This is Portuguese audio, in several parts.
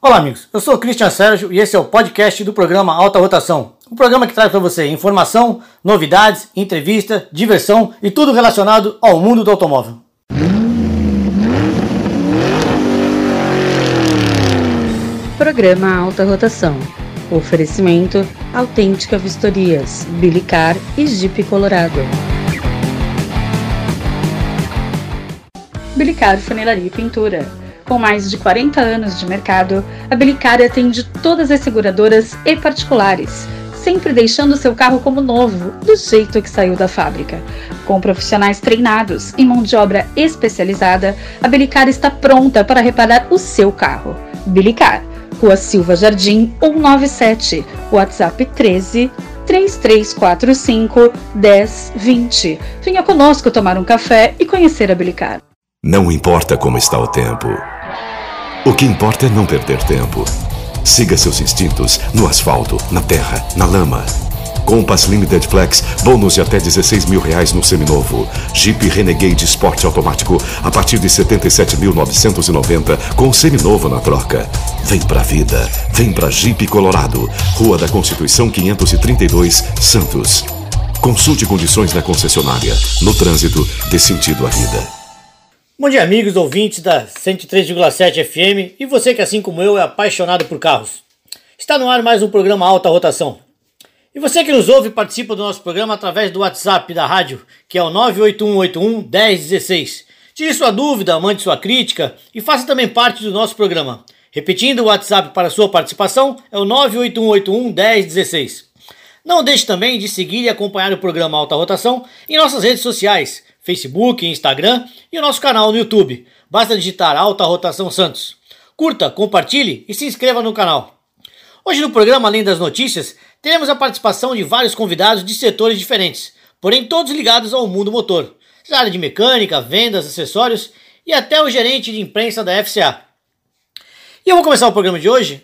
Olá amigos, eu sou o Cristian Sérgio e esse é o podcast do programa Alta Rotação. Um programa que traz para você informação, novidades, entrevista, diversão e tudo relacionado ao mundo do automóvel. Programa Alta Rotação. Oferecimento Autêntica Vistorias, Bilicar e Jeep Colorado. Bilicar Funilaria e Pintura. Com mais de 40 anos de mercado, a Bilicar atende todas as seguradoras e particulares, sempre deixando seu carro como novo, do jeito que saiu da fábrica. Com profissionais treinados e mão de obra especializada, a Bilicar está pronta para reparar o seu carro. Bilicar, Rua Silva Jardim 197, WhatsApp 13 3345 1020. Venha conosco tomar um café e conhecer a Bilicar. Não importa como está o tempo. O que importa é não perder tempo. Siga seus instintos no asfalto, na terra, na lama. Compass Limited Flex, bônus de até R$16 mil no seminovo. Jeep Renegade Sport automático a partir de R$77.990 com seminovo na troca. Vem pra vida, vem pra Jeep Colorado, Rua da Constituição 532, Santos. Consulte condições na concessionária. No trânsito, dê sentido à vida. Bom dia amigos, ouvintes da 103,7 FM e você que assim como eu é apaixonado por carros. Está no ar mais um programa Alta Rotação. E você que nos ouve participa do nosso programa através do WhatsApp da rádio, que é o 981811016. Tire sua dúvida, mande sua crítica e faça também parte do nosso programa. Repetindo, o WhatsApp para sua participação é o 981811016. Não deixe também de seguir e acompanhar o programa Alta Rotação em nossas redes sociais, Facebook, Instagram e o nosso canal no YouTube. Basta digitar Alta Rotação Santos. Curta, compartilhe e se inscreva no canal. Hoje no programa, além das notícias, teremos a participação de vários convidados de setores diferentes, porém todos ligados ao mundo motor, da área de mecânica, vendas, acessórios e até o gerente de imprensa da FCA. E eu vou começar o programa de hoje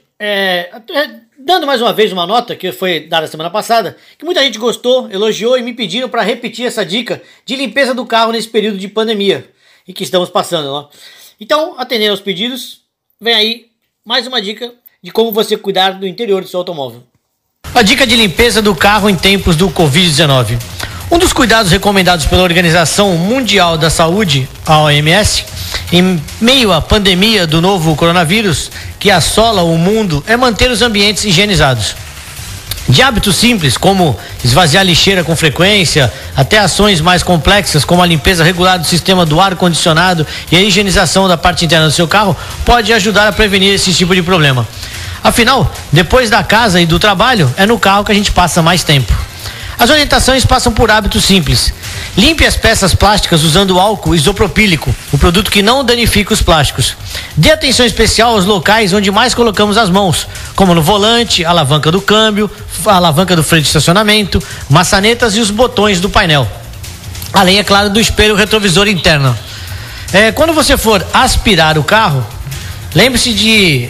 dando mais uma vez uma nota que foi dada semana passada, que muita gente gostou, elogiou e me pediram para repetir essa dica de limpeza do carro nesse período de pandemia e que estamos passando. Ó. Então, atendendo aos pedidos, vem aí mais uma dica de como você cuidar do interior do seu automóvel. A dica de limpeza do carro em tempos do Covid-19. Um dos cuidados recomendados pela Organização Mundial da Saúde, a OMS, em meio à pandemia do novo coronavírus que assola o mundo, é manter os ambientes higienizados. De hábitos simples, como esvaziar a lixeira com frequência, até ações mais complexas, como a limpeza regular do sistema do ar-condicionado e a higienização da parte interna do seu carro, pode ajudar a prevenir esse tipo de problema. Afinal, depois da casa e do trabalho, é no carro que a gente passa mais tempo. As orientações passam por hábitos simples. Limpe as peças plásticas usando álcool isopropílico, o produto que não danifica os plásticos. Dê atenção especial aos locais onde mais colocamos as mãos, como no volante, a alavanca do câmbio, a alavanca do freio de estacionamento, maçanetas e os botões do painel. Além, é claro, do espelho retrovisor interno. Quando você for aspirar o carro, lembre-se que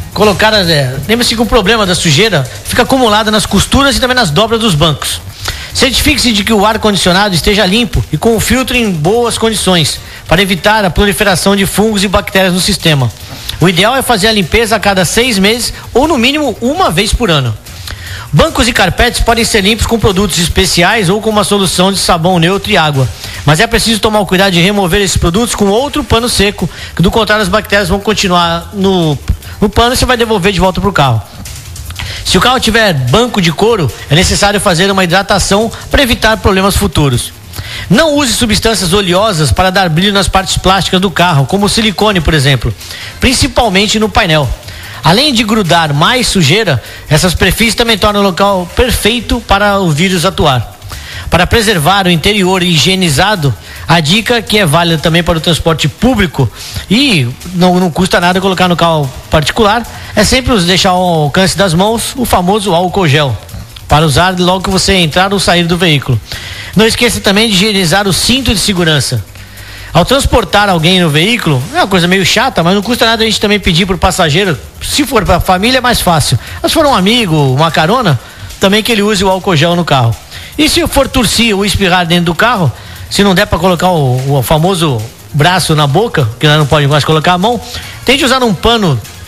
o problema da sujeira fica acumulada nas costuras e também nas dobras dos bancos. Certifique-se de que o ar-condicionado esteja limpo e com o filtro em boas condições, para evitar a proliferação de fungos e bactérias no sistema. O ideal é fazer a limpeza a cada 6 meses ou no mínimo uma vez por ano. Bancos e carpetes podem ser limpos com produtos especiais ou com uma solução de sabão neutro e água. Mas é preciso tomar o cuidado de remover esses produtos com outro pano seco, que do contrário as bactérias vão continuar no pano e você vai devolver de volta para o carro. Se o carro tiver banco de couro, é necessário fazer uma hidratação para evitar problemas futuros. Não use substâncias oleosas para dar brilho nas partes plásticas do carro, como o silicone, por exemplo, principalmente no painel. Além de grudar mais sujeira, essas superfícies também tornam o local perfeito para o vírus atuar. Para preservar o interior higienizado, a dica que é válida também para o transporte público e não custa nada colocar no carro particular, é sempre deixar ao alcance das mãos o famoso álcool gel, para usar logo que você entrar ou sair do veículo. Não esqueça também de higienizar o cinto de segurança. Ao transportar alguém no veículo, é uma coisa meio chata, mas não custa nada a gente também pedir para o passageiro, se for para a família é mais fácil, mas se for um amigo, uma carona, também que ele use o álcool gel no carro. E se for tossir ou espirrar dentro do carro, se não der para colocar o famoso braço na boca, que não pode mais colocar a mão, tente usar um pano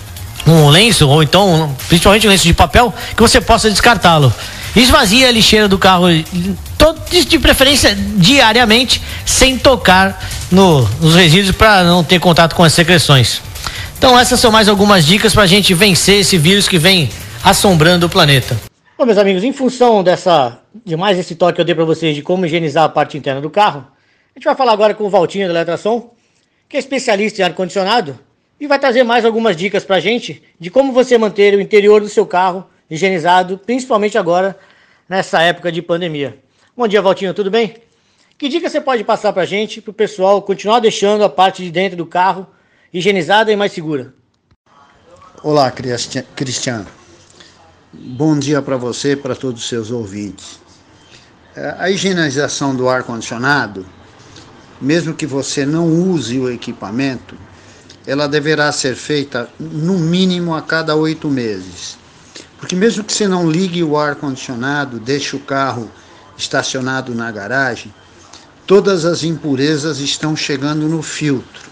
um lenço, ou então, principalmente um lenço de papel, que você possa descartá-lo. Esvazie a lixeira do carro, de preferência diariamente, sem tocar nos resíduos, para não ter contato com as secreções. Então essas são mais algumas dicas para a gente vencer esse vírus que vem assombrando o planeta. Bom, meus amigos, em função de mais esse toque que eu dei para vocês de como higienizar a parte interna do carro, a gente vai falar agora com o Valtinho da Eletrasom, que é especialista em ar-condicionado, e vai trazer mais algumas dicas para a gente de como você manter o interior do seu carro higienizado, principalmente agora, nessa época de pandemia. Bom dia, Valtinho, tudo bem? Que dica você pode passar para a gente, para o pessoal continuar deixando a parte de dentro do carro higienizada e mais segura? Olá, Cristiano. Bom dia para você e para todos os seus ouvintes. A higienização do ar-condicionado, mesmo que você não use o equipamento, ela deverá ser feita no mínimo a cada 8 meses. Porque mesmo que você não ligue o ar-condicionado, deixe o carro estacionado na garagem, todas as impurezas estão chegando no filtro.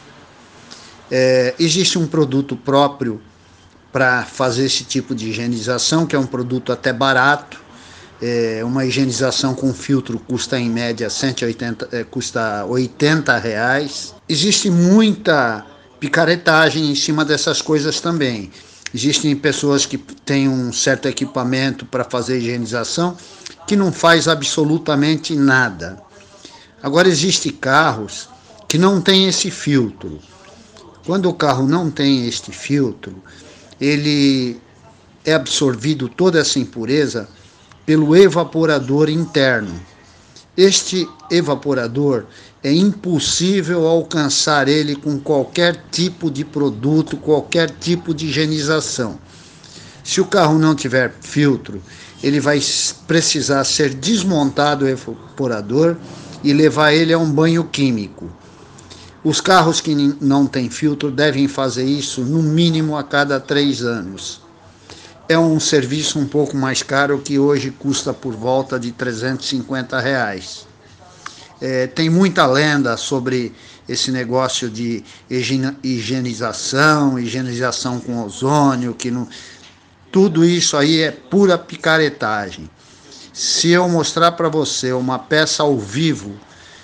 Existe um produto próprio para fazer esse tipo de higienização, que é um produto até barato. Uma higienização com filtro custa em média custa R$80. Existe muita picaretagem em cima dessas coisas também. Existem pessoas que têm um certo equipamento para fazer higienização que não faz absolutamente nada. Agora, existem carros que não têm esse filtro. Quando o carro não tem este filtro, ele é absorvido toda essa impureza pelo evaporador interno. Este evaporador é impossível alcançar ele com qualquer tipo de produto, qualquer tipo de higienização. Se o carro não tiver filtro, ele vai precisar ser desmontado o evaporador e levar ele a um banho químico. Os carros que não têm filtro devem fazer isso no mínimo a cada 3 anos. É um serviço um pouco mais caro, que hoje custa por volta de R$350. Tem muita lenda sobre esse negócio de higienização com ozônio, tudo isso aí é pura picaretagem. Se eu mostrar para você uma peça ao vivo,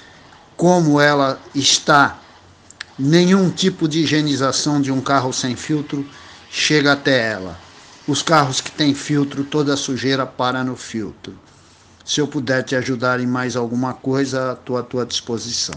como ela está, nenhum tipo de higienização de um carro sem filtro chega até ela. Os carros que têm filtro, toda a sujeira para no filtro. Se eu puder te ajudar em mais alguma coisa, estou à tua disposição.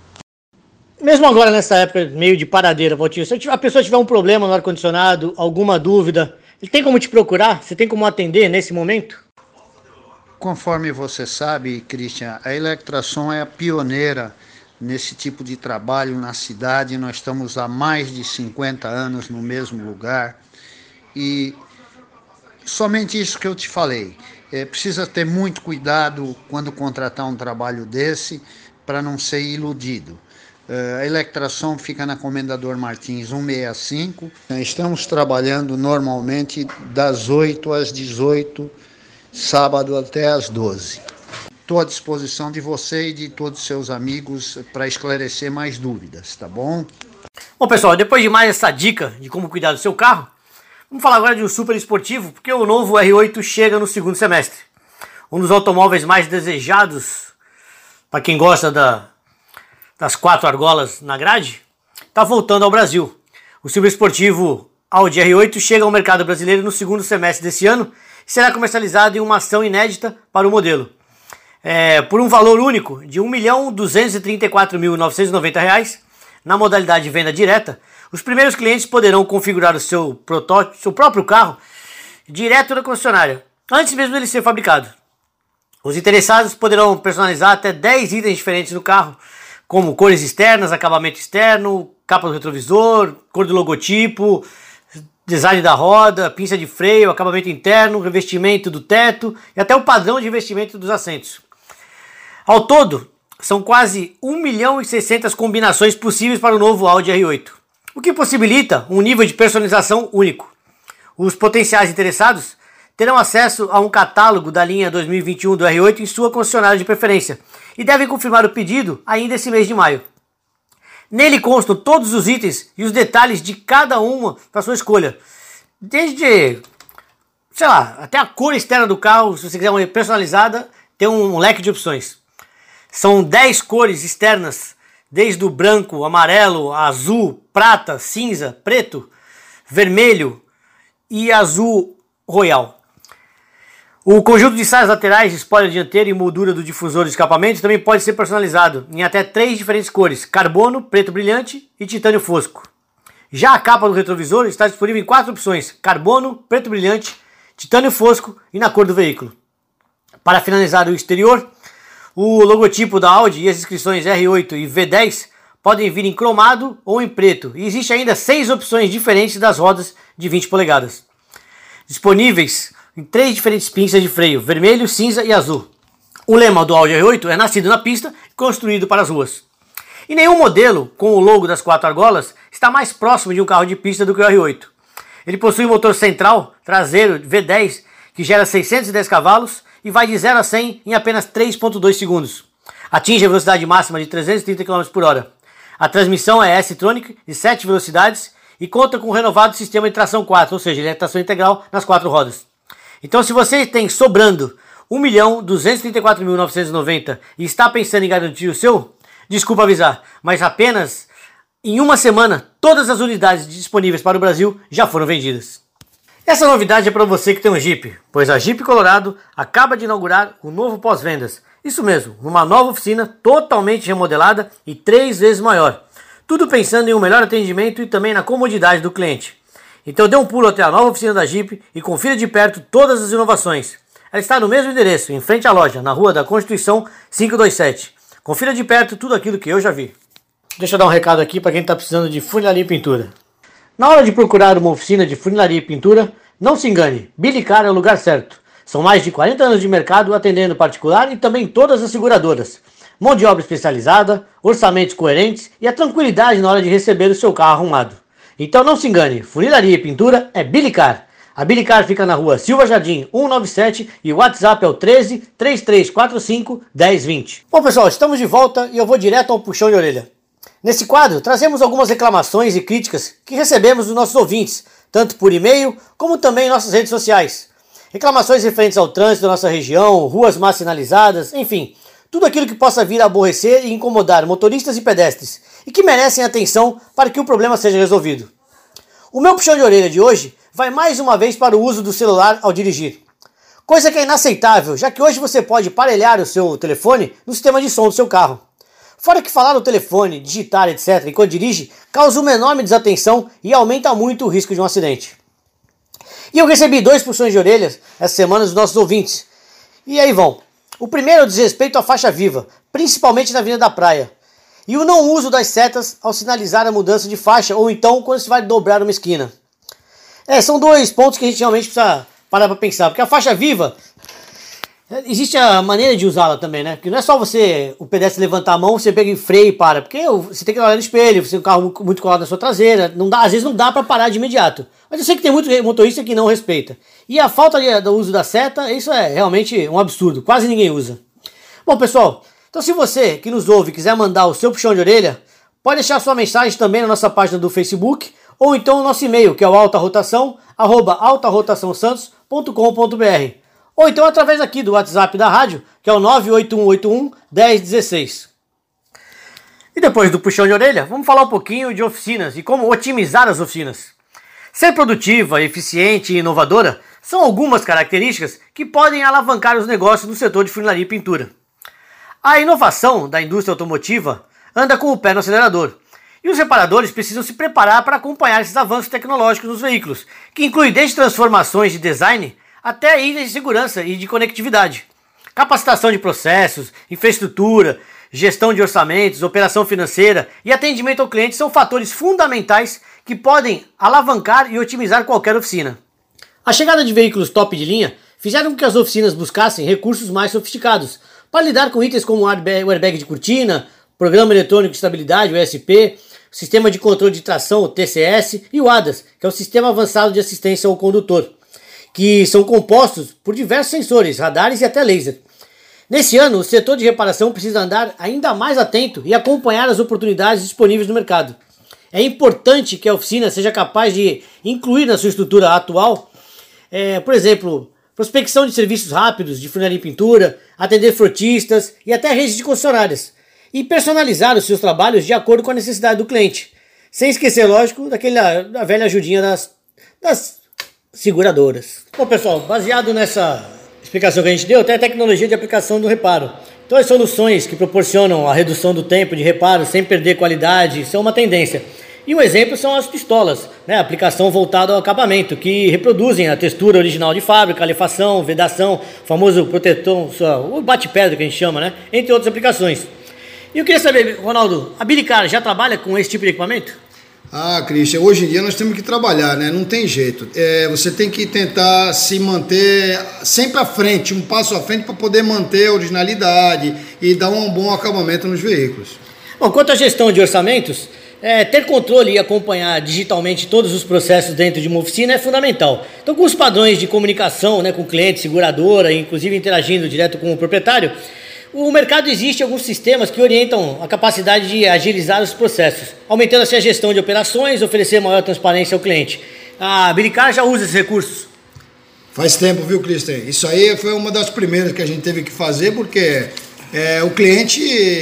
Mesmo agora nessa época meio de paradeira, Valtinho, se a pessoa tiver um problema no ar-condicionado, alguma dúvida, ele tem como te procurar? Você tem como atender nesse momento? Conforme você sabe, Christian, a Eletrasom é a pioneira nesse tipo de trabalho na cidade. Nós estamos há mais de 50 anos no mesmo lugar e somente isso que eu te falei. Precisa ter muito cuidado quando contratar um trabalho desse para não ser iludido. A Eletrasom fica na Comendador Martins 165. Estamos trabalhando normalmente das 8 às 18, sábado até às 12. Estou à disposição de você e de todos os seus amigos para esclarecer mais dúvidas, tá bom? Bom, pessoal, depois de mais essa dica de como cuidar do seu carro, vamos falar agora de um super esportivo, porque o novo R8 chega no segundo semestre. Um dos automóveis mais desejados para quem gosta das 4 argolas na grade, está voltando ao Brasil. O super esportivo Audi R8 chega ao mercado brasileiro no segundo semestre desse ano e será comercializado em uma ação inédita para o modelo. Por um valor único de R$ 1.234.990 na modalidade de venda direta, os primeiros clientes poderão configurar o seu próprio carro direto na concessionária, antes mesmo dele ser fabricado. Os interessados poderão personalizar até 10 itens diferentes no carro, como cores externas, acabamento externo, capa do retrovisor, cor do logotipo, design da roda, pinça de freio, acabamento interno, revestimento do teto e até o padrão de revestimento dos assentos. Ao todo, são quase 1.600.000 combinações possíveis para o novo Audi R8, o que possibilita um nível de personalização único. Os potenciais interessados terão acesso a um catálogo da linha 2021 do R8 em sua concessionária de preferência e devem confirmar o pedido ainda esse mês de maio. Nele constam todos os itens e os detalhes de cada uma para sua escolha, desde, sei lá, até a cor externa do carro, se você quiser uma personalizada, tem um leque de opções. São 10 cores externas, desde o branco, amarelo, azul, prata, cinza, preto, vermelho e azul royal. O conjunto de saias laterais, spoiler dianteiro e moldura do difusor de escapamento também pode ser personalizado em até 3 diferentes cores: carbono, preto brilhante e titânio fosco. Já a capa do retrovisor está disponível em 4 opções: carbono, preto brilhante, titânio fosco e na cor do veículo. Para finalizar o exterior, o logotipo da Audi e as inscrições R8 e V10 podem vir em cromado ou em preto, e existe ainda 6 opções diferentes das rodas de 20 polegadas, disponíveis em 3 diferentes pinças de freio: vermelho, cinza e azul. O lema do Audi R8 é nascido na pista e construído para as ruas. E nenhum modelo com o logo das 4 argolas está mais próximo de um carro de pista do que o R8. Ele possui um motor central traseiro V10 que gera 610 cavalos e vai de 0 a 100 em apenas 3,2 segundos. Atinge a velocidade máxima de 330 km por hora. A transmissão é S-Tronic de 7 velocidades e conta com um renovado sistema de tração 4, ou seja, ele é tração integral nas 4 rodas. Então, se você tem sobrando 1.234.990 e está pensando em garantir o seu, desculpa avisar, mas apenas em uma semana todas as unidades disponíveis para o Brasil já foram vendidas. Essa novidade é para você que tem um Jeep, pois a Jeep Colorado acaba de inaugurar o novo pós-vendas. Isso mesmo, numa nova oficina totalmente remodelada e 3 vezes maior. Tudo pensando em um melhor atendimento e também na comodidade do cliente. Então dê um pulo até a nova oficina da Jeep e confira de perto todas as inovações. Ela está no mesmo endereço, em frente à loja, na Rua da Constituição 527. Confira de perto tudo aquilo que eu já vi. Deixa eu dar um recado aqui para quem está precisando de funilaria e pintura. Na hora de procurar uma oficina de funilaria e pintura, não se engane, Bilicar é o lugar certo. São mais de 40 anos de mercado atendendo particular e também todas as seguradoras. Mão de obra especializada, orçamentos coerentes e a tranquilidade na hora de receber o seu carro arrumado. Então não se engane, funilaria e pintura é Bilicar. A Bilicar fica na rua Silva Jardim 197 e o WhatsApp é o 13 3345 1020. Bom pessoal, estamos de volta e eu vou direto ao puxão de orelha. Nesse quadro, trazemos algumas reclamações e críticas que recebemos dos nossos ouvintes, tanto por e-mail como também em nossas redes sociais. Reclamações referentes ao trânsito da nossa região, ruas mal sinalizadas, enfim, tudo aquilo que possa vir a aborrecer e incomodar motoristas e pedestres e que merecem atenção para que o problema seja resolvido. O meu puxão de orelha de hoje vai mais uma vez para o uso do celular ao dirigir. Coisa que é inaceitável, já que hoje você pode aparelhar o seu telefone no sistema de som do seu carro. Fora que falar no telefone, digitar, etc., enquanto dirige, causa uma enorme desatenção e aumenta muito o risco de um acidente. E eu recebi 2 puxões de orelhas essa semana dos nossos ouvintes. E aí vão. O primeiro diz respeito à faixa viva, principalmente na Avenida da Praia. E o não uso das setas ao sinalizar a mudança de faixa ou então quando se vai dobrar uma esquina. São 2 pontos que a gente realmente precisa parar para pensar. Porque a faixa viva, existe a maneira de usá-la também, né? Porque não é só o pedestre levantar a mão, você pega e freia e para. Porque você tem que olhar no espelho, você tem um carro muito colado na sua traseira. Às vezes não dá para parar de imediato. Mas eu sei que tem muito motorista que não respeita. E a falta do uso da seta, isso é realmente um absurdo. Quase ninguém usa. Bom, pessoal, então se você que nos ouve quiser mandar o seu puxão de orelha, pode deixar sua mensagem também na nossa página do Facebook ou então no nosso e-mail, que é o altarotação@altarotaçãosantos.com.br, ou então através aqui do WhatsApp da rádio, que é o 981811016. E depois do puxão de orelha, vamos falar um pouquinho de oficinas e como otimizar as oficinas. Ser produtiva, eficiente e inovadora são algumas características que podem alavancar os negócios no setor de funilaria e pintura. A inovação da indústria automotiva anda com o pé no acelerador, e os reparadores precisam se preparar para acompanhar esses avanços tecnológicos nos veículos, que incluem desde transformações de design até itens de segurança e de conectividade. Capacitação de processos, infraestrutura, gestão de orçamentos, operação financeira e atendimento ao cliente são fatores fundamentais que podem alavancar e otimizar qualquer oficina. A chegada de veículos top de linha fizeram com que as oficinas buscassem recursos mais sofisticados para lidar com itens como o airbag de cortina, Programa Eletrônico de Estabilidade, o ESP, Sistema de Controle de Tração, o TCS, e o ADAS, que é o Sistema Avançado de Assistência ao Condutor, que são compostos por diversos sensores, radares e até laser. Nesse ano, o setor de reparação precisa andar ainda mais atento e acompanhar as oportunidades disponíveis no mercado. É importante que a oficina seja capaz de incluir na sua estrutura atual, por exemplo, prospecção de serviços rápidos de funilaria e pintura, atender frotistas e até redes de concessionárias, e personalizar os seus trabalhos de acordo com a necessidade do cliente. Sem esquecer, lógico, da velha ajudinha das seguradoras. Bom, pessoal, baseado nessa explicação que a gente deu, tem a tecnologia de aplicação do reparo. Então as soluções que proporcionam a redução do tempo de reparo sem perder qualidade são uma tendência. E um exemplo são as pistolas, né? Aplicação voltada ao acabamento, que reproduzem a textura original de fábrica, calefação, vedação, famoso protetor, o bate-pedra que a gente chama, né? Entre outras aplicações. E eu queria saber, Ronaldo, a Bilicar já trabalha com esse tipo de equipamento? Christian, hoje em dia nós temos que trabalhar, né? Não tem jeito. Você tem que tentar se manter sempre à frente, um passo à frente para poder manter a originalidade e dar um bom acabamento nos veículos. Bom, quanto à gestão de orçamentos, ter controle e acompanhar digitalmente todos os processos dentro de uma oficina é fundamental. Então, com os padrões de comunicação, né, com o cliente, seguradora, inclusive interagindo direto com o proprietário, o mercado existe alguns sistemas que orientam a capacidade de agilizar os processos, aumentando assim a gestão de operações, oferecer maior transparência ao cliente. A Bilicar já usa esses recursos? Faz tempo, viu, Cristian? Isso aí foi uma das primeiras que a gente teve que fazer, porque o cliente,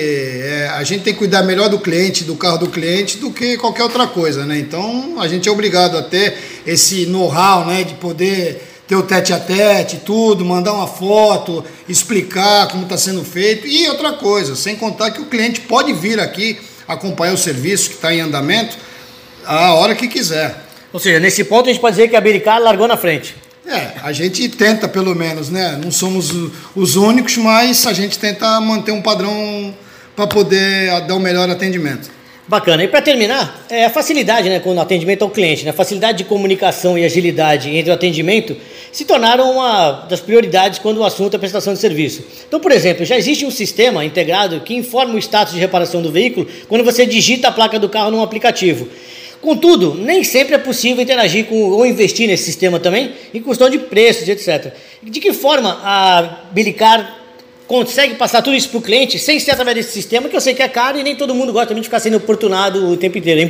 a gente tem que cuidar melhor do cliente, do carro do cliente, do que qualquer outra coisa, né? Então, a gente é obrigado a ter esse know-how, né, de poder ter o tete-a-tete, tudo, mandar uma foto, explicar como está sendo feito. E outra coisa, sem contar que o cliente pode vir aqui acompanhar o serviço que está em andamento a hora que quiser. Ou seja, nesse ponto a gente pode dizer que a Bilicar largou na frente. A gente tenta pelo menos, né? Não somos os únicos, mas a gente tenta manter um padrão para poder dar o melhor atendimento. Bacana. E para terminar, a facilidade, né, com o atendimento ao cliente, né, a facilidade de comunicação e agilidade entre o atendimento se tornaram uma das prioridades quando o assunto é prestação de serviço. Então, por exemplo, já existe um sistema integrado que informa o status de reparação do veículo quando você digita a placa do carro num aplicativo. Contudo, nem sempre é possível interagir ou investir nesse sistema também, em questão de preços, etc. De que forma a Bilicar consegue passar tudo isso para o cliente sem ser através desse sistema, que eu sei que é caro e nem todo mundo gosta também de ficar sendo importunado o tempo inteiro,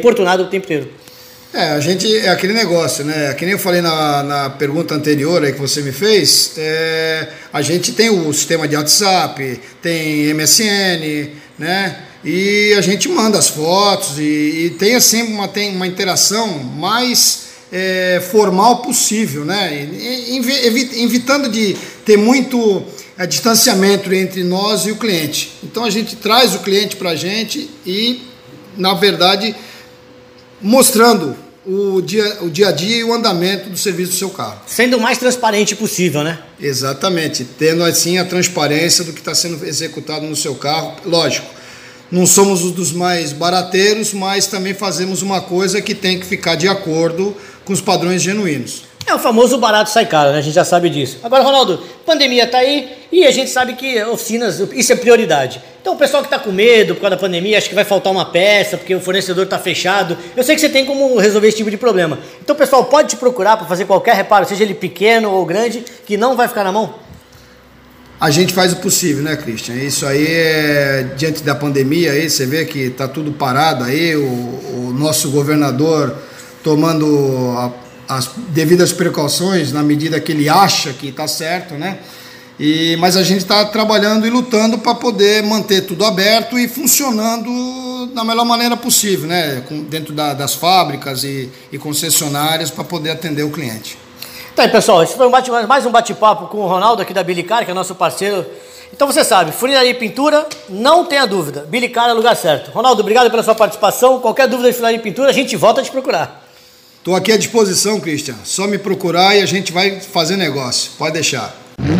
A gente, é aquele negócio, né? Que nem eu falei na pergunta anterior aí que você me fez, a gente tem o sistema de WhatsApp, tem MSN, né? E a gente manda as fotos e tem assim uma interação mais formal possível, né? Evitando de ter muito distanciamento entre nós e o cliente. Então a gente traz o cliente para a gente e, na verdade, mostrando o dia a dia e o andamento do serviço do seu carro. Sendo o mais transparente possível, né? Exatamente, tendo assim a transparência do que está sendo executado no seu carro. Lógico, não somos os dos mais barateiros, mas também fazemos uma coisa que tem que ficar de acordo com os padrões genuínos. É o famoso barato sai caro, né? A gente já sabe disso. Agora, Ronaldo, pandemia tá aí e a gente sabe que oficinas, isso é prioridade. Então o pessoal que tá com medo por causa da pandemia, acha que vai faltar uma peça porque o fornecedor tá fechado. Eu sei que você tem como resolver esse tipo de problema. Então o pessoal pode te procurar para fazer qualquer reparo, seja ele pequeno ou grande, que não vai ficar na mão? A gente faz o possível, né, Christian? Isso aí diante da pandemia, aí você vê que tá tudo parado aí, o nosso governador tomando as devidas precauções na medida que ele acha que está certo, né? Mas a gente está trabalhando e lutando para poder manter tudo aberto e funcionando da melhor maneira possível, né? Dentro das fábricas e concessionárias para poder atender o cliente. Então, pessoal, esse foi mais um bate-papo com o Ronaldo aqui da Bilicar, que é nosso parceiro. Então você sabe, funilaria e pintura, não tenha dúvida, Bilicar é o lugar certo. Ronaldo, obrigado pela sua participação. Qualquer dúvida de funilaria e pintura, a gente volta a te procurar. Estou aqui à disposição, Christian. Só me procurar e a gente vai fazer negócio. Pode deixar.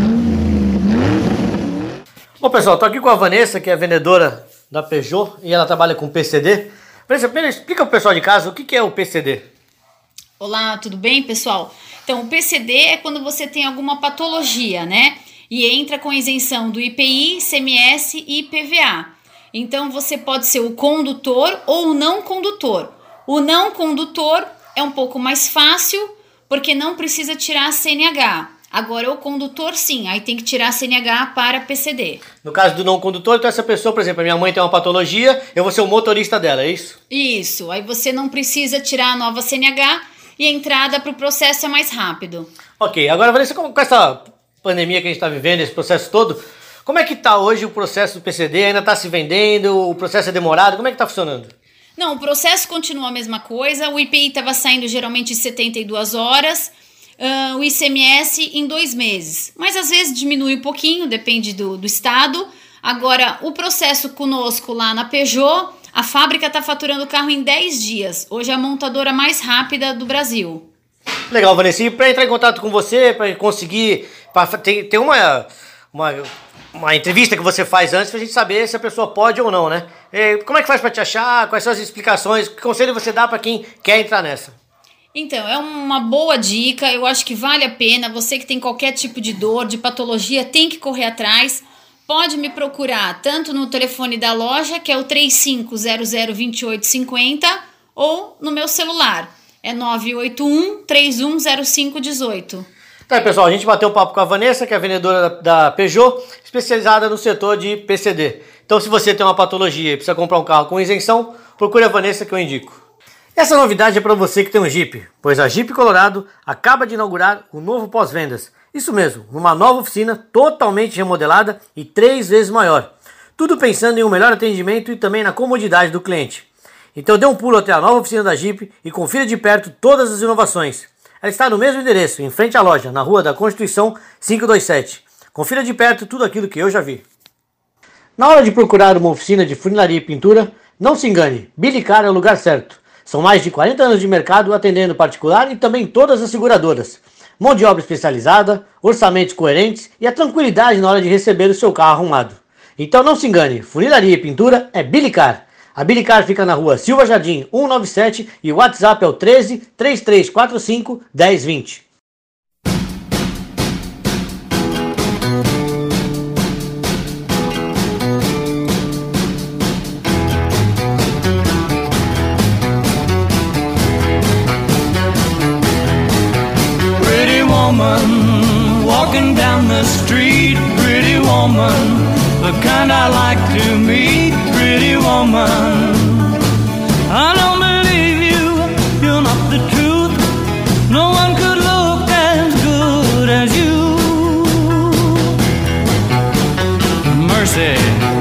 Bom, pessoal, estou aqui com a Vanessa, que é vendedora da Peugeot, e ela trabalha com PCD. Vanessa, primeiro explica para o pessoal de casa o que é o PCD. Olá, tudo bem, pessoal? Então, o PCD é quando você tem alguma patologia, né? E entra com isenção do IPI, ICMS e IPVA. Então, você pode ser o condutor ou o não condutor. O não condutor é um pouco mais fácil, porque não precisa tirar a CNH. Agora, o condutor, sim, aí tem que tirar a CNH para PCD. No caso do não condutor, então essa pessoa, por exemplo, a minha mãe tem uma patologia, eu vou ser o motorista dela, é isso? Isso, aí você não precisa tirar a nova CNH e a entrada para o processo é mais rápido. Ok, agora, Vanessa, com essa pandemia que a gente está vivendo, esse processo todo, como é que está hoje o processo do PCD? Ainda está se vendendo? O processo é demorado? Como é que está funcionando? Não, o processo continua a mesma coisa, o IPI estava saindo geralmente em 72 horas, o ICMS em 2 meses, mas às vezes diminui um pouquinho, depende do estado. Agora, o processo conosco lá na Peugeot, a fábrica está faturando o carro em 10 dias, hoje é a montadora mais rápida do Brasil. Legal, Vanessa, e para entrar em contato com você, para conseguir, tem uma entrevista que você faz antes pra gente saber se a pessoa pode ou não, né? Como é que faz para te achar? Quais são as explicações? Que conselho você dá para quem quer entrar nessa? Então, é uma boa dica, eu acho que vale a pena. Você que tem qualquer tipo de dor, de patologia, tem que correr atrás. Pode me procurar tanto no telefone da loja, que é o 35002850, ou no meu celular, é 981-310518. Tá aí, pessoal, a gente bateu um papo com a Vanessa, que é a vendedora da Peugeot, especializada no setor de PCD. Então, se você tem uma patologia e precisa comprar um carro com isenção, procure a Vanessa que eu indico. Essa novidade é para você que tem um Jeep, pois a Jeep Colorado acaba de inaugurar o novo pós-vendas. Isso mesmo, numa nova oficina totalmente remodelada e 3 vezes maior. Tudo pensando em um melhor atendimento e também na comodidade do cliente. Então dê um pulo até a nova oficina da Jeep e confira de perto todas as inovações. Ela está no mesmo endereço, em frente à loja, na Rua da Constituição 527. Confira de perto tudo aquilo que eu já vi. Na hora de procurar uma oficina de funilaria e pintura, não se engane, Bilicar é o lugar certo. São mais de 40 anos de mercado atendendo particular e também todas as seguradoras. Mão de obra especializada, orçamentos coerentes e a tranquilidade na hora de receber o seu carro arrumado. Então não se engane, funilaria e pintura é Bilicar. A Bilicar fica na rua Silva Jardim 197 e o WhatsApp é o 13 3345 1020. Pretty woman walking down the street, pretty woman, the kind I like to meet, pretty woman. I don't believe you, you're not the truth. No one could look as good as you. Mercy.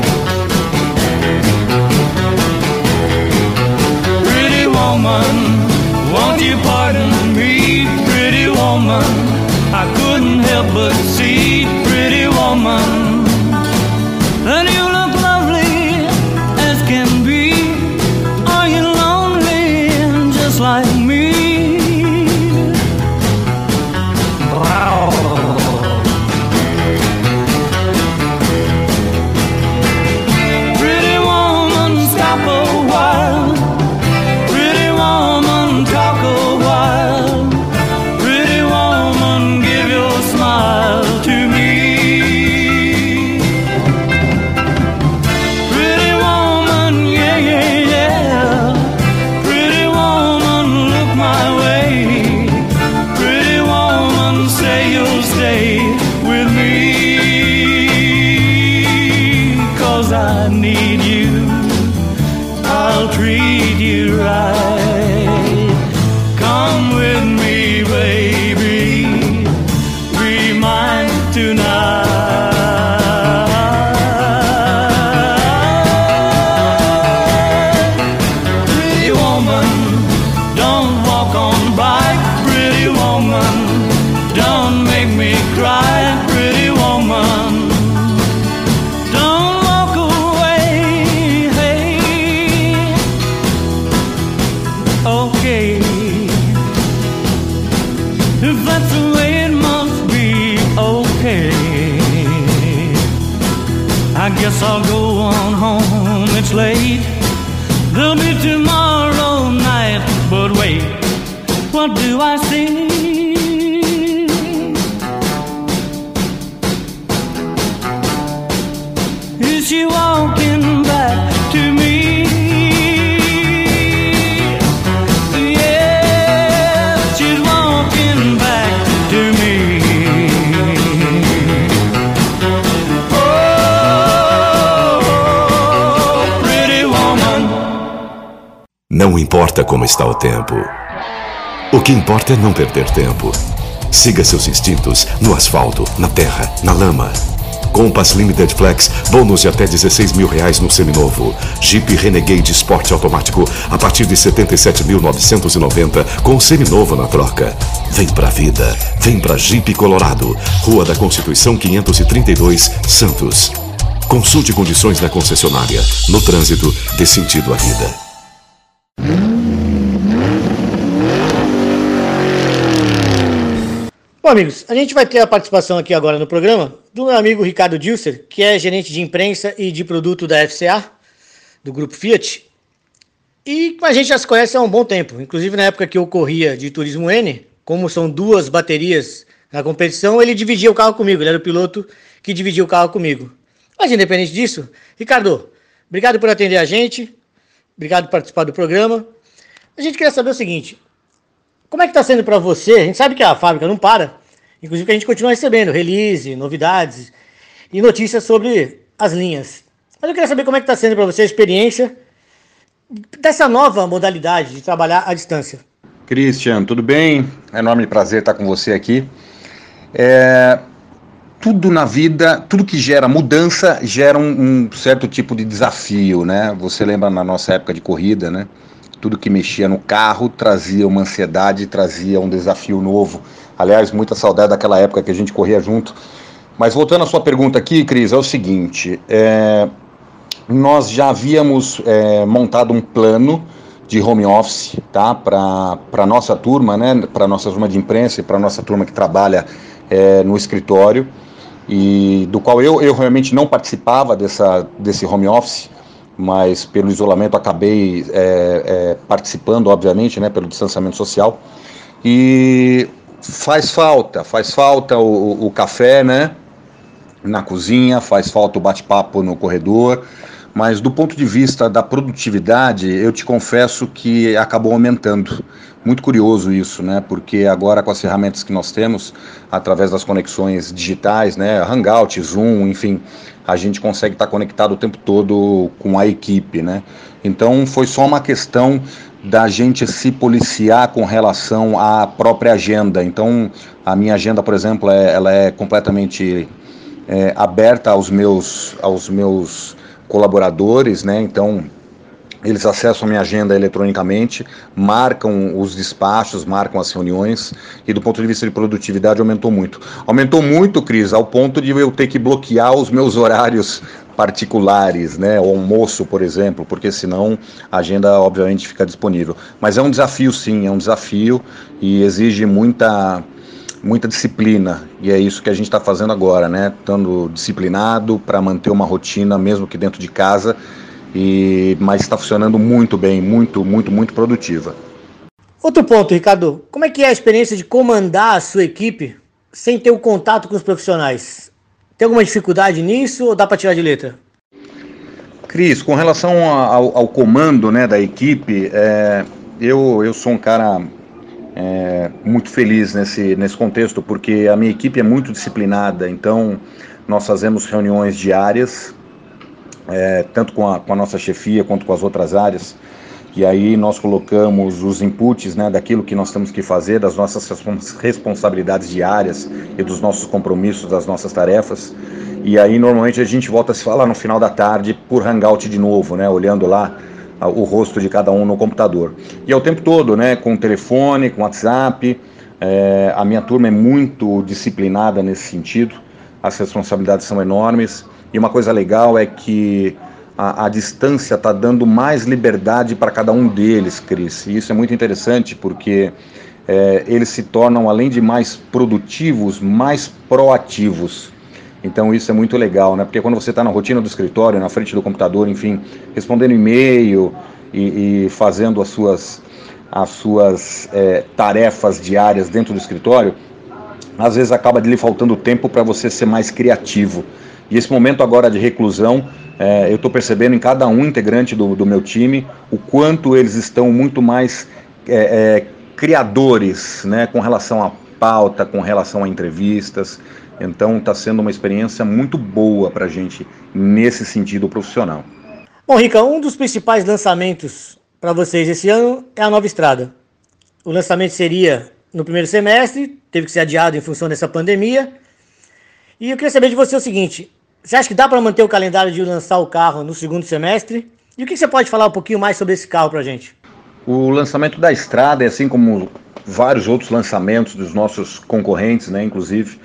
Pretty woman, won't you pardon me, pretty woman? I couldn't help but see, pretty woman, and you look lovely as can be. Are you lonely just like me? Wow. Pretty woman, stop a while. Pretty woman, talk a while. Pretty woman, give your smile to me. Pretty woman, yeah, yeah, yeah. Pretty woman, look my way. Pretty woman, say you'll stay with me. 'Cause I need you, I'll treat you right. Come with me, baby, be mine tonight. Pretty woman, don't walk on by. Pretty woman, don't make me cry. Pretty woman, don't walk away. Hey, okay, if that's the way it must be, okay. I guess I'll go on home, it's late. There'll be tomorrow night, but wait, what do I see? Is she walking back to me? Yeah, she's walking back to me. Não importa como está o tempo. O que importa é não perder tempo. Siga seus instintos no asfalto, na terra, na lama. Compass Limited Flex, bônus de até R$16 mil no seminovo. Jeep Renegade Sport automático a partir de 77.990 com seminovo na troca. Vem pra vida, vem pra Jeep Colorado, Rua da Constituição 532, Santos. Consulte condições na concessionária. No trânsito, dê sentido à vida. Bom, amigos, a gente vai ter a participação aqui agora no programa do meu amigo Ricardo Dilser, que é gerente de imprensa e de produto da FCA, do Grupo Fiat, e a gente já se conhece há um bom tempo. Inclusive, na época que eu corria de Turismo N, como são 2 baterias na competição, ele dividia o carro comigo, ele era o piloto que dividia o carro comigo. Mas, independente disso, Ricardo, obrigado por atender a gente, obrigado por participar do programa. A gente queria saber o seguinte: como é que está sendo para você? A gente sabe que a fábrica não para, inclusive que a gente continua recebendo release, novidades e notícias sobre as linhas. Mas eu queria saber como é que está sendo para você a experiência dessa nova modalidade de trabalhar à distância. Christian, tudo bem? É um enorme prazer estar com você aqui. Tudo na vida, tudo que gera mudança, gera um certo tipo de desafio, né? Você lembra na nossa época de corrida, né? Tudo que mexia no carro trazia uma ansiedade, trazia um desafio novo. Aliás, muita saudade daquela época que a gente corria junto. Mas voltando à sua pergunta aqui, Cris, é o seguinte: nós já havíamos montado um plano de home office, tá? Para a nossa turma, né? Para a nossa turma de imprensa e para a nossa turma que trabalha no escritório, e do qual eu realmente não participava desse home office, mas pelo isolamento acabei participando, obviamente, né, pelo distanciamento social. E faz falta o café, né, na cozinha, faz falta o bate-papo no corredor, mas do ponto de vista da produtividade, eu te confesso que acabou aumentando. Muito curioso isso, né, porque agora com as ferramentas que nós temos, através das conexões digitais, né, Hangout, Zoom, enfim, a gente consegue estar conectado o tempo todo com a equipe, né? Então foi só uma questão da gente se policiar com relação à própria agenda. Então a minha agenda, por exemplo, ela é completamente aberta aos meus colaboradores, né? Então eles acessam a minha agenda eletronicamente, marcam os despachos, marcam as reuniões, e do ponto de vista de produtividade aumentou muito. Aumentou muito, Cris, ao ponto de eu ter que bloquear os meus horários particulares, né, o almoço, por exemplo, porque senão a agenda obviamente fica disponível. Mas é um desafio, sim, é um desafio, e exige muita disciplina, e é isso que a gente está fazendo agora, né, estando disciplinado para manter uma rotina, mesmo que dentro de casa, mas está funcionando muito bem, muito produtiva. Outro ponto, Ricardo, como é que é a experiência de comandar a sua equipe sem ter o contato com os profissionais? Tem alguma dificuldade nisso ou dá para tirar de letra? Cris, com relação ao comando, né, da equipe, eu sou um cara muito feliz nesse contexto, porque a minha equipe é muito disciplinada, então nós fazemos reuniões diárias, tanto com a nossa chefia quanto com as outras áreas, e aí nós colocamos os inputs, né, daquilo que nós temos que fazer, das nossas responsabilidades diárias e dos nossos compromissos, das nossas tarefas, e aí normalmente a gente volta a se falar no final da tarde por Hangout de novo, né, olhando lá o rosto de cada um no computador. E é o tempo todo, né, com telefone, com WhatsApp. A minha turma é muito disciplinada nesse sentido, as responsabilidades são enormes. E uma coisa legal é que a distância está dando mais liberdade para cada um deles, Cris. E isso é muito interessante porque eles se tornam, além de mais produtivos, mais proativos. Então isso é muito legal, né? Porque quando você está na rotina do escritório, na frente do computador, enfim, respondendo e-mail e fazendo as suas tarefas diárias dentro do escritório, às vezes acaba lhe faltando tempo para você ser mais criativo. E esse momento agora de reclusão, eu estou percebendo em cada um integrante do meu time o quanto eles estão muito mais criadores, né, com relação à pauta, com relação a entrevistas. Então está sendo uma experiência muito boa para a gente nesse sentido profissional. Bom, Rica, um dos principais lançamentos para vocês esse ano é a nova estrada. O lançamento seria no primeiro semestre, teve que ser adiado em função dessa pandemia. E eu queria saber de você o seguinte, você acha que dá para manter o calendário de lançar o carro no segundo semestre? E o que você pode falar um pouquinho mais sobre esse carro para a gente? O lançamento da estrada, assim como vários outros lançamentos dos nossos concorrentes, né, inclusive,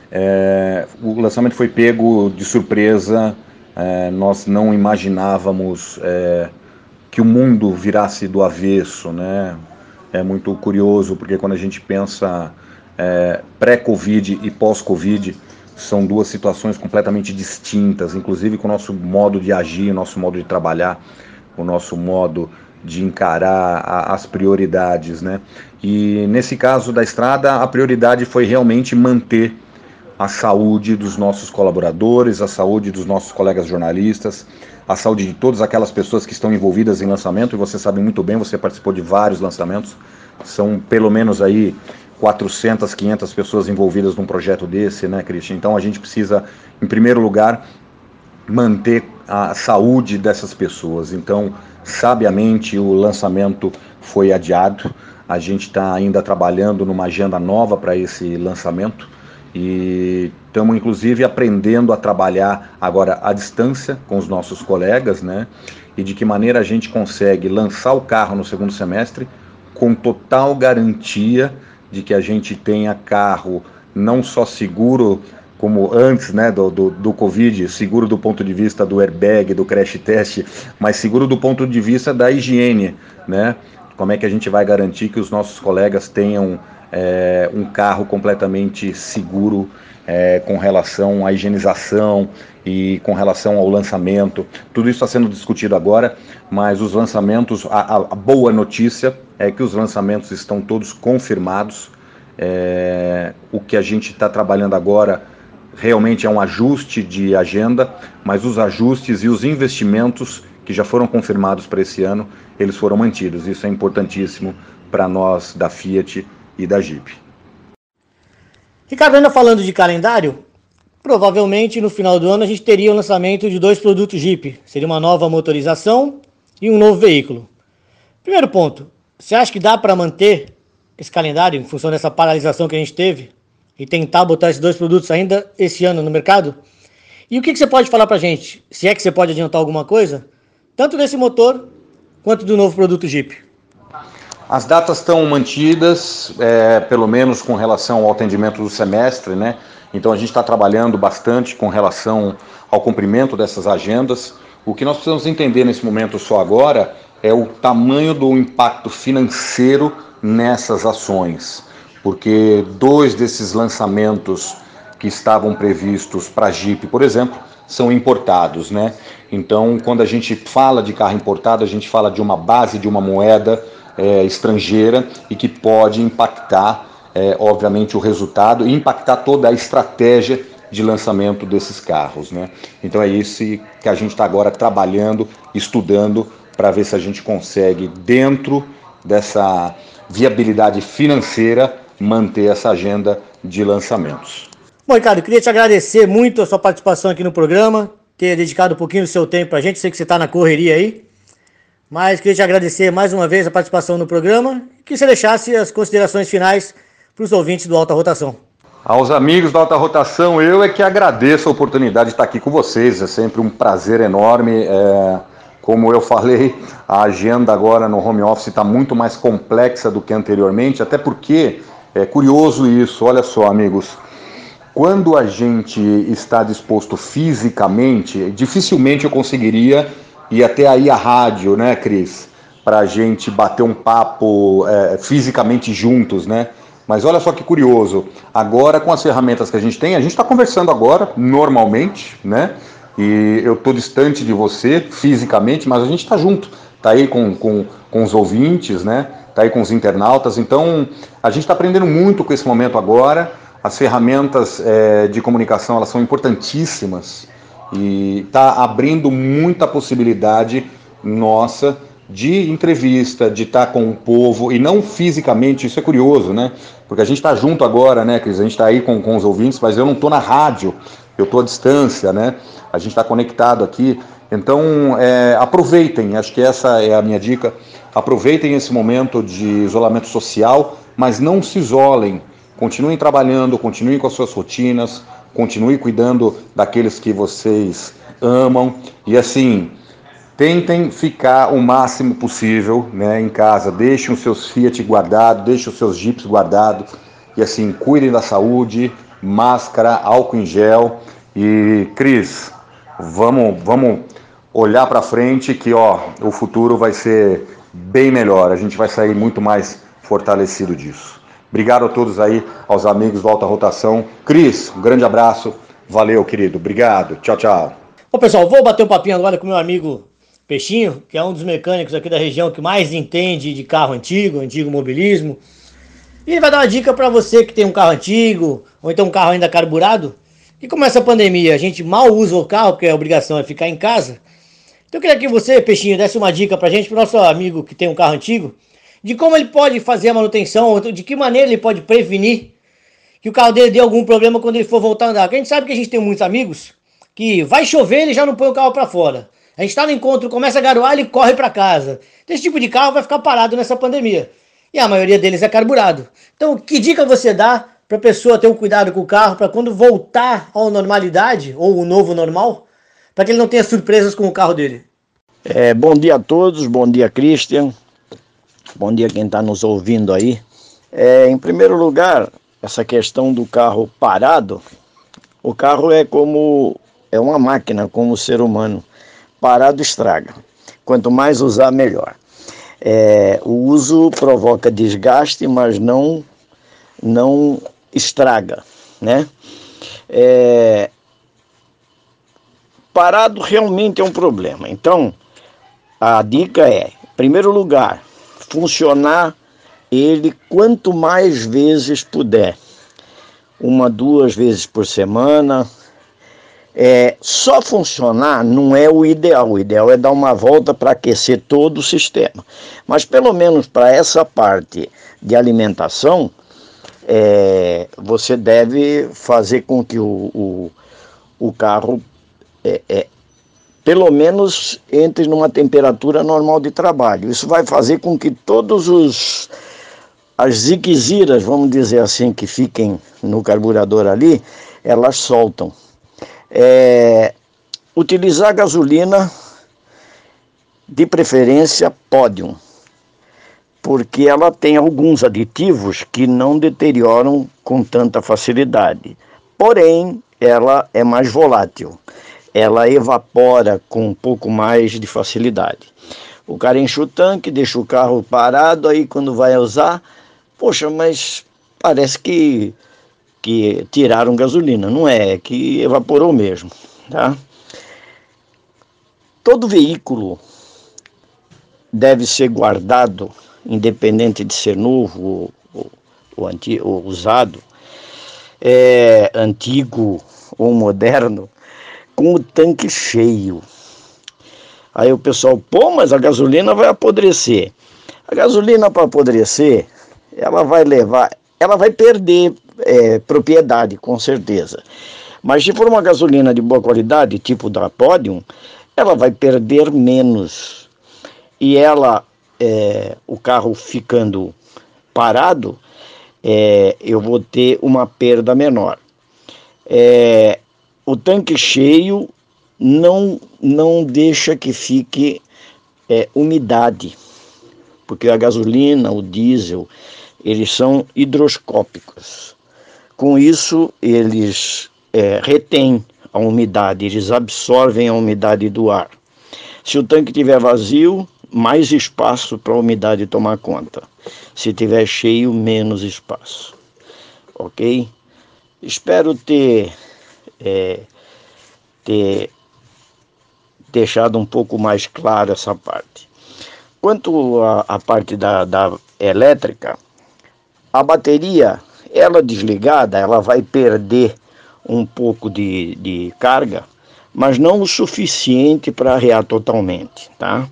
o lançamento foi pego de surpresa. Nós não imaginávamos que o mundo virasse do avesso, né? É muito curioso, porque quando a gente pensa pré-Covid e pós-Covid, são duas situações completamente distintas, inclusive com o nosso modo de agir, o nosso modo de trabalhar, o nosso modo de encarar as prioridades, né? E nesse caso da estrada, a prioridade foi realmente manter a saúde dos nossos colaboradores, a saúde dos nossos colegas jornalistas, a saúde de todas aquelas pessoas que estão envolvidas em lançamento, e você sabe muito bem, você participou de vários lançamentos, são pelo menos aí 400, 500 pessoas envolvidas num projeto desse, né, Christian? Então a gente precisa, em primeiro lugar, manter a saúde dessas pessoas. Então, sabiamente, o lançamento foi adiado, a gente está ainda trabalhando numa agenda nova para esse lançamento, e estamos inclusive aprendendo a trabalhar agora à distância com os nossos colegas, né? E de que maneira a gente consegue lançar o carro no segundo semestre com total garantia de que a gente tenha carro não só seguro como antes, né, do Covid, seguro do ponto de vista do airbag, do crash test, mas seguro do ponto de vista da higiene, né? Como é que a gente vai garantir que os nossos colegas tenham um carro completamente seguro com relação à higienização e com relação ao lançamento. Tudo isso está sendo discutido agora, mas os lançamentos, a boa notícia é que os lançamentos estão todos confirmados. O que a gente está trabalhando agora realmente é um ajuste de agenda, mas os ajustes e os investimentos que já foram confirmados para esse ano, eles foram mantidos. Isso é importantíssimo para nós da Fiat e da Jeep. Ricardo, ainda falando de calendário, provavelmente no final do ano a gente teria o lançamento de 2 produtos Jeep. Seria uma nova motorização e um novo veículo. Primeiro ponto, você acha que dá para manter esse calendário em função dessa paralisação que a gente teve e tentar botar esses 2 produtos ainda esse ano no mercado? E o que você pode falar para a gente? Se é que você pode adiantar alguma coisa, tanto desse motor quanto do novo produto Jeep. As datas estão mantidas, pelo menos com relação ao atendimento do semestre, né? Então a gente está trabalhando bastante com relação ao cumprimento dessas agendas. O que nós precisamos entender nesse momento só agora é o tamanho do impacto financeiro nessas ações, porque 2 desses lançamentos que estavam previstos para a Jeep, por exemplo, são importados, né? Então, quando a gente fala de carro importado, a gente fala de uma base de uma moeda estrangeira e que pode impactar, obviamente, o resultado e impactar toda a estratégia de lançamento desses carros, né? Então é isso que a gente está agora trabalhando, estudando, para ver se a gente consegue, dentro dessa viabilidade financeira, manter essa agenda de lançamentos. Bom, Ricardo, eu queria te agradecer muito a sua participação aqui no programa, ter dedicado um pouquinho do seu tempo para a gente. Sei que você está na correria aí, mas queria te agradecer mais uma vez a participação no programa e que você deixasse as considerações finais para os ouvintes do Alta Rotação. Aos amigos da Alta Rotação, eu é que agradeço a oportunidade de estar aqui com vocês. É sempre um prazer enorme. Como eu falei, a agenda agora no home office está muito mais complexa do que anteriormente, até porque é curioso isso. Olha só, amigos, quando a gente está disposto fisicamente, dificilmente eu conseguiria ir até aí a rádio, né, Cris? Para a gente bater um papo fisicamente juntos, né? Mas olha só que curioso, agora com as ferramentas que a gente tem, a gente está conversando agora, normalmente, né? E eu estou distante de você, fisicamente, mas a gente está junto, está aí com os ouvintes, né? Está aí com os internautas, então a gente está aprendendo muito com esse momento agora. As ferramentas de comunicação, elas são importantíssimas e está abrindo muita possibilidade nossa de entrevista, de estar com o povo, e não fisicamente. Isso é curioso, né? Porque a gente está junto agora, né, Cris? A gente está aí com os ouvintes, mas eu não estou na rádio, eu estou à distância, né? A gente está conectado aqui, Então, aproveitem, acho que essa é a minha dica, aproveitem esse momento de isolamento social, mas não se isolem, continuem trabalhando, continuem com as suas rotinas, continuem cuidando daqueles que vocês amam, e assim, tentem ficar o máximo possível, né, em casa, deixem os seus Fiat guardados, deixem os seus Jeeps guardados, e assim, cuidem da saúde, máscara, álcool em gel, e Cris, vamos olhar para frente que o futuro vai ser bem melhor, a gente vai sair muito mais fortalecido disso. Obrigado a todos aí, aos amigos do Alta Rotação. Cris, um grande abraço, valeu querido, obrigado, tchau, tchau. Bom pessoal, vou bater um papinho agora com meu amigo Peixinho, que é um dos mecânicos aqui da região que mais entende de carro antigo mobilismo. E ele vai dar uma dica para você que tem um carro antigo, ou então um carro ainda carburado, e como essa pandemia a gente mal usa o carro, porque a obrigação é ficar em casa. Então eu queria que você, Peixinho, desse uma dica pra gente, pro nosso amigo que tem um carro antigo, de como ele pode fazer a manutenção, ou de que maneira ele pode prevenir que o carro dele dê algum problema quando ele for voltar a andar. Porque a gente sabe que a gente tem muitos amigos que vai chover, ele já não põe o carro pra fora. A gente tá no encontro, começa a garoar, ele corre pra casa. Esse tipo de carro vai ficar parado nessa pandemia. E a maioria deles é carburado. Então, que dica você dá pra pessoa ter um cuidado com o carro, pra quando voltar à normalidade, ou o novo normal, para que ele não tenha surpresas com o carro dele? Bom dia a todos, bom dia Christian, bom dia quem está nos ouvindo aí. Em primeiro lugar, essa questão do carro parado, o carro é uma máquina, como o ser humano, parado estraga, quanto mais usar melhor. O uso provoca desgaste, mas não estraga, né? Parado realmente é um problema. Então, a dica é, em primeiro lugar, funcionar ele quanto mais vezes puder. 1, 2 vezes por semana. Só funcionar não é o ideal. O ideal é dar uma volta para aquecer todo o sistema. Mas pelo menos para essa parte de alimentação, você deve fazer com que o carro pelo menos entre numa temperatura normal de trabalho. Isso vai fazer com que as ziqueziras, vamos dizer assim, que fiquem no carburador ali, elas soltam. Utilizar gasolina, de preferência Podium, porque ela tem alguns aditivos que não deterioram com tanta facilidade. Porém, ela é mais volátil. Ela evapora com um pouco mais de facilidade. O cara enche o tanque, deixa o carro parado, aí quando vai usar, poxa, mas parece que tiraram gasolina. Não é que evaporou mesmo, tá? Todo veículo deve ser guardado, independente de ser novo ou usado, antigo ou moderno, com o tanque cheio. Aí o pessoal, mas a gasolina vai apodrecer. A gasolina, para apodrecer, ela vai perder propriedade, com certeza. Mas se for uma gasolina de boa qualidade, tipo da Podium, ela vai perder menos. E o carro ficando parado, eu vou ter uma perda menor. O tanque cheio não deixa que fique umidade, porque a gasolina, o diesel, eles são hidroscópicos. Com isso, eles retêm a umidade, eles absorvem a umidade do ar. Se o tanque estiver vazio, mais espaço para a umidade tomar conta. Se estiver cheio, menos espaço. Ok? Espero ter deixado um pouco mais claro essa parte. Quanto à parte da elétrica, a bateria, ela desligada, ela vai perder um pouco de carga, mas não o suficiente para arriar totalmente, tá?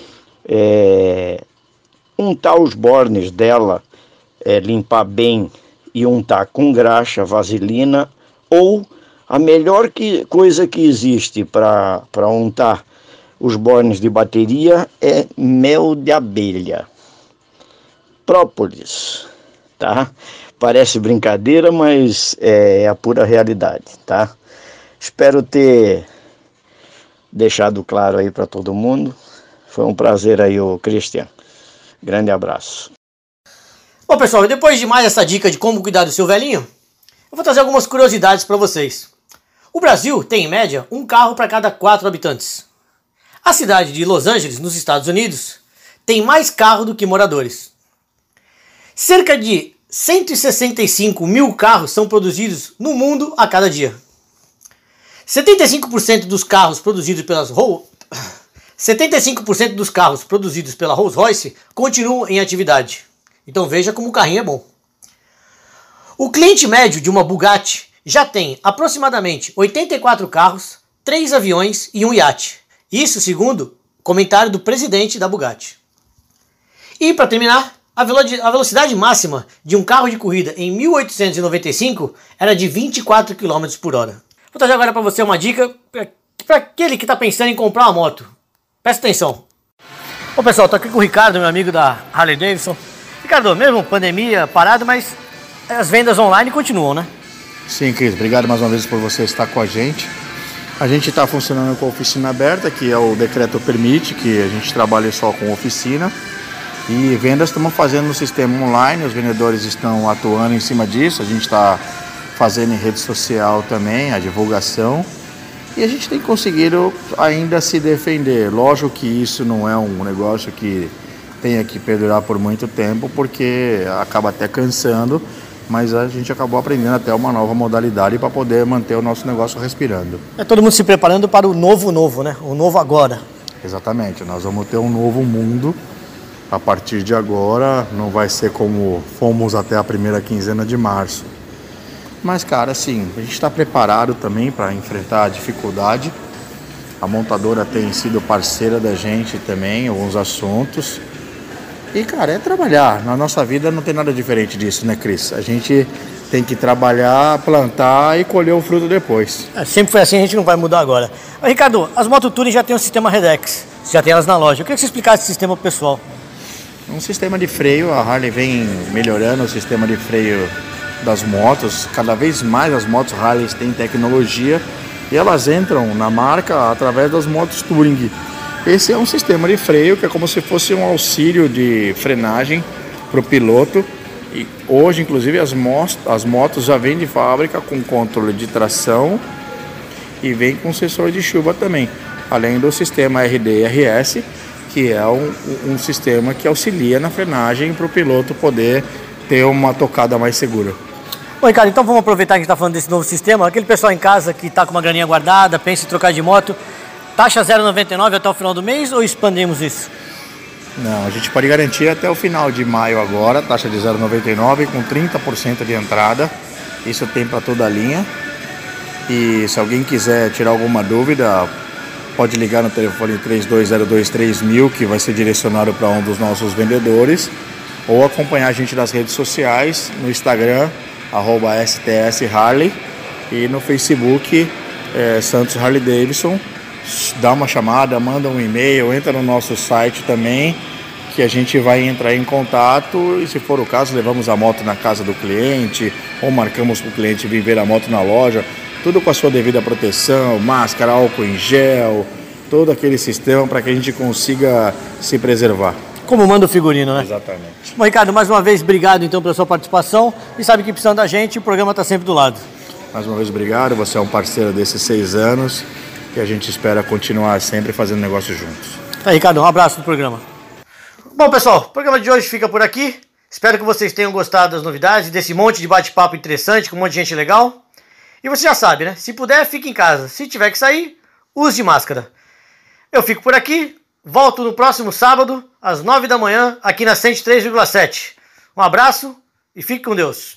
Untar os bornes dela, limpar bem e untar com graxa, vaselina, ou a melhor coisa que existe para untar Os bornes de bateria é mel de abelha. Própolis, tá? Parece brincadeira, mas é a pura realidade, tá? Espero ter deixado claro aí para todo mundo. Foi um prazer aí, ô Christian. Grande abraço. Bom, pessoal, depois de mais essa dica de como cuidar do seu velhinho, eu vou trazer algumas curiosidades para vocês. O Brasil tem, em média, um carro para cada 4 habitantes. A cidade de Los Angeles, nos Estados Unidos, tem mais carro do que moradores. Cerca de 165 mil carros são produzidos no mundo a cada dia. 75% dos carros produzidos pela Rolls-Royce continuam em atividade. Então veja como o carrinho é bom. O cliente médio de uma Bugatti já tem aproximadamente 84 carros, 3 aviões e um iate. Isso segundo comentário do presidente da Bugatti. E para terminar, a velocidade máxima de um carro de corrida em 1895 era de 24 km por hora. Vou trazer agora para você uma dica para aquele que está pensando em comprar uma moto. Presta atenção. Bom, pessoal, estou aqui com o Ricardo, meu amigo da Harley Davidson. Ricardo, mesmo pandemia parado, mas as vendas online continuam, né? Sim, Cris, obrigado mais uma vez por você estar com a gente. A gente está funcionando com a oficina aberta, que é o decreto permite que a gente trabalhe só com oficina. E vendas estamos fazendo no sistema online, os vendedores estão atuando em cima disso, a gente está fazendo em rede social também a divulgação. E a gente tem conseguido ainda se defender. Lógico que isso não é um negócio que tenha que perdurar por muito tempo, porque acaba até cansando, mas a gente acabou aprendendo até uma nova modalidade para poder manter o nosso negócio respirando. É todo mundo se preparando para o novo, né? O novo agora. Exatamente, nós vamos ter um novo mundo a partir de agora, não vai ser como fomos até a primeira quinzena de março. Mas, cara, assim, a gente está preparado também para enfrentar a dificuldade. A montadora tem sido parceira da gente também em alguns assuntos. E, cara, é trabalhar. Na nossa vida não tem nada diferente disso, né, Cris? A gente tem que trabalhar, plantar e colher o fruto depois. Sempre foi assim, a gente não vai mudar agora. Mas, Ricardo, as Moto Touring já tem o sistema Redex. Você já tem elas na loja. Eu queria que você explicasse esse sistema pro pessoal. Um sistema de freio, a Harley vem melhorando o sistema de freio das motos. Cada vez mais as motos Harley têm tecnologia e elas entram na marca através das motos Touring. Esse é um sistema de freio que é como se fosse um auxílio de frenagem para o piloto. E hoje, inclusive, as motos já vêm de fábrica com controle de tração e vem com sensor de chuva também. Além do sistema RD/RS, que é um sistema que auxilia na frenagem para o piloto poder ter uma tocada mais segura. Bom, Ricardo, então vamos aproveitar que a gente está falando desse novo sistema. Aquele pessoal em casa que está com uma graninha guardada, pensa em trocar de moto, taxa 0,99 até o final do mês ou expandimos isso? Não, a gente pode garantir até o final de maio agora, taxa de 0,99 com 30% de entrada. Isso tem para toda a linha. E se alguém quiser tirar alguma dúvida, pode ligar no telefone 32023000, que vai ser direcionado para um dos nossos vendedores, ou acompanhar a gente nas redes sociais, no Instagram, @STS Harley, e no Facebook, Santos Harley Davidson. Dá uma chamada, manda um e-mail, entra no nosso site também, que a gente vai entrar em contato e, se for o caso, levamos a moto na casa do cliente ou marcamos para o cliente vir ver a moto na loja, tudo com a sua devida proteção, máscara, álcool em gel, todo aquele sistema para que a gente consiga se preservar. Como manda o figurino, né? Exatamente. Bom, Ricardo, mais uma vez, obrigado então pela sua participação e sabe que precisando da gente, o programa está sempre do lado. Mais uma vez, obrigado, você é um parceiro desses 6 anos e a gente espera continuar sempre fazendo negócio juntos. Tá, Ricardo, um abraço do programa. Bom, pessoal, o programa de hoje fica por aqui. Espero que vocês tenham gostado das novidades, desse monte de bate-papo interessante com um monte de gente legal. E você já sabe, né? Se puder, fique em casa. Se tiver que sair, use máscara. Eu fico por aqui. Volto no próximo sábado, às 9 da manhã, aqui na 103,7. Um abraço e fique com Deus.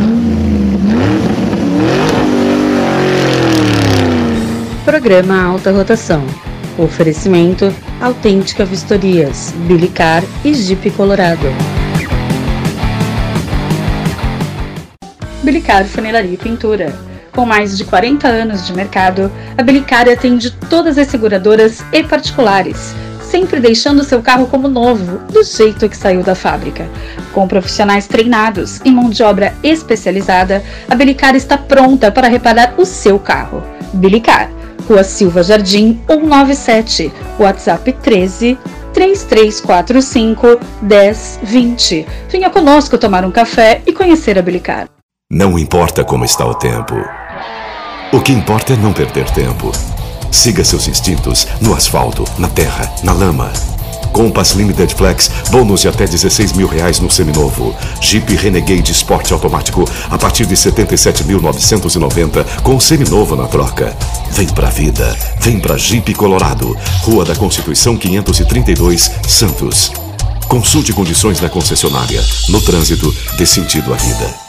Programa Alta Rotação. Oferecimento Autêntica Vistorias, Bilicar e Jeep Colorado. Bilicar Funilaria e Pintura. Com mais de 40 anos de mercado, a Belicari atende todas as seguradoras e particulares, sempre deixando seu carro como novo, do jeito que saiu da fábrica. Com profissionais treinados e mão de obra especializada, a Belicari está pronta para reparar o seu carro. Belicari, Rua Silva Jardim 197, WhatsApp 13 3345 1020. Venha conosco tomar um café e conhecer a Belicari. Não importa como está o tempo. O que importa é não perder tempo. Siga seus instintos no asfalto, na terra, na lama. Compass Limited Flex, bônus de até R$16 mil no seminovo. Jeep Renegade Sport automático a partir de R$ 77.990 com seminovo na troca. Vem pra vida, vem pra Jeep Colorado, Rua da Constituição 532, Santos. Consulte condições na concessionária. No trânsito, dê sentido à vida.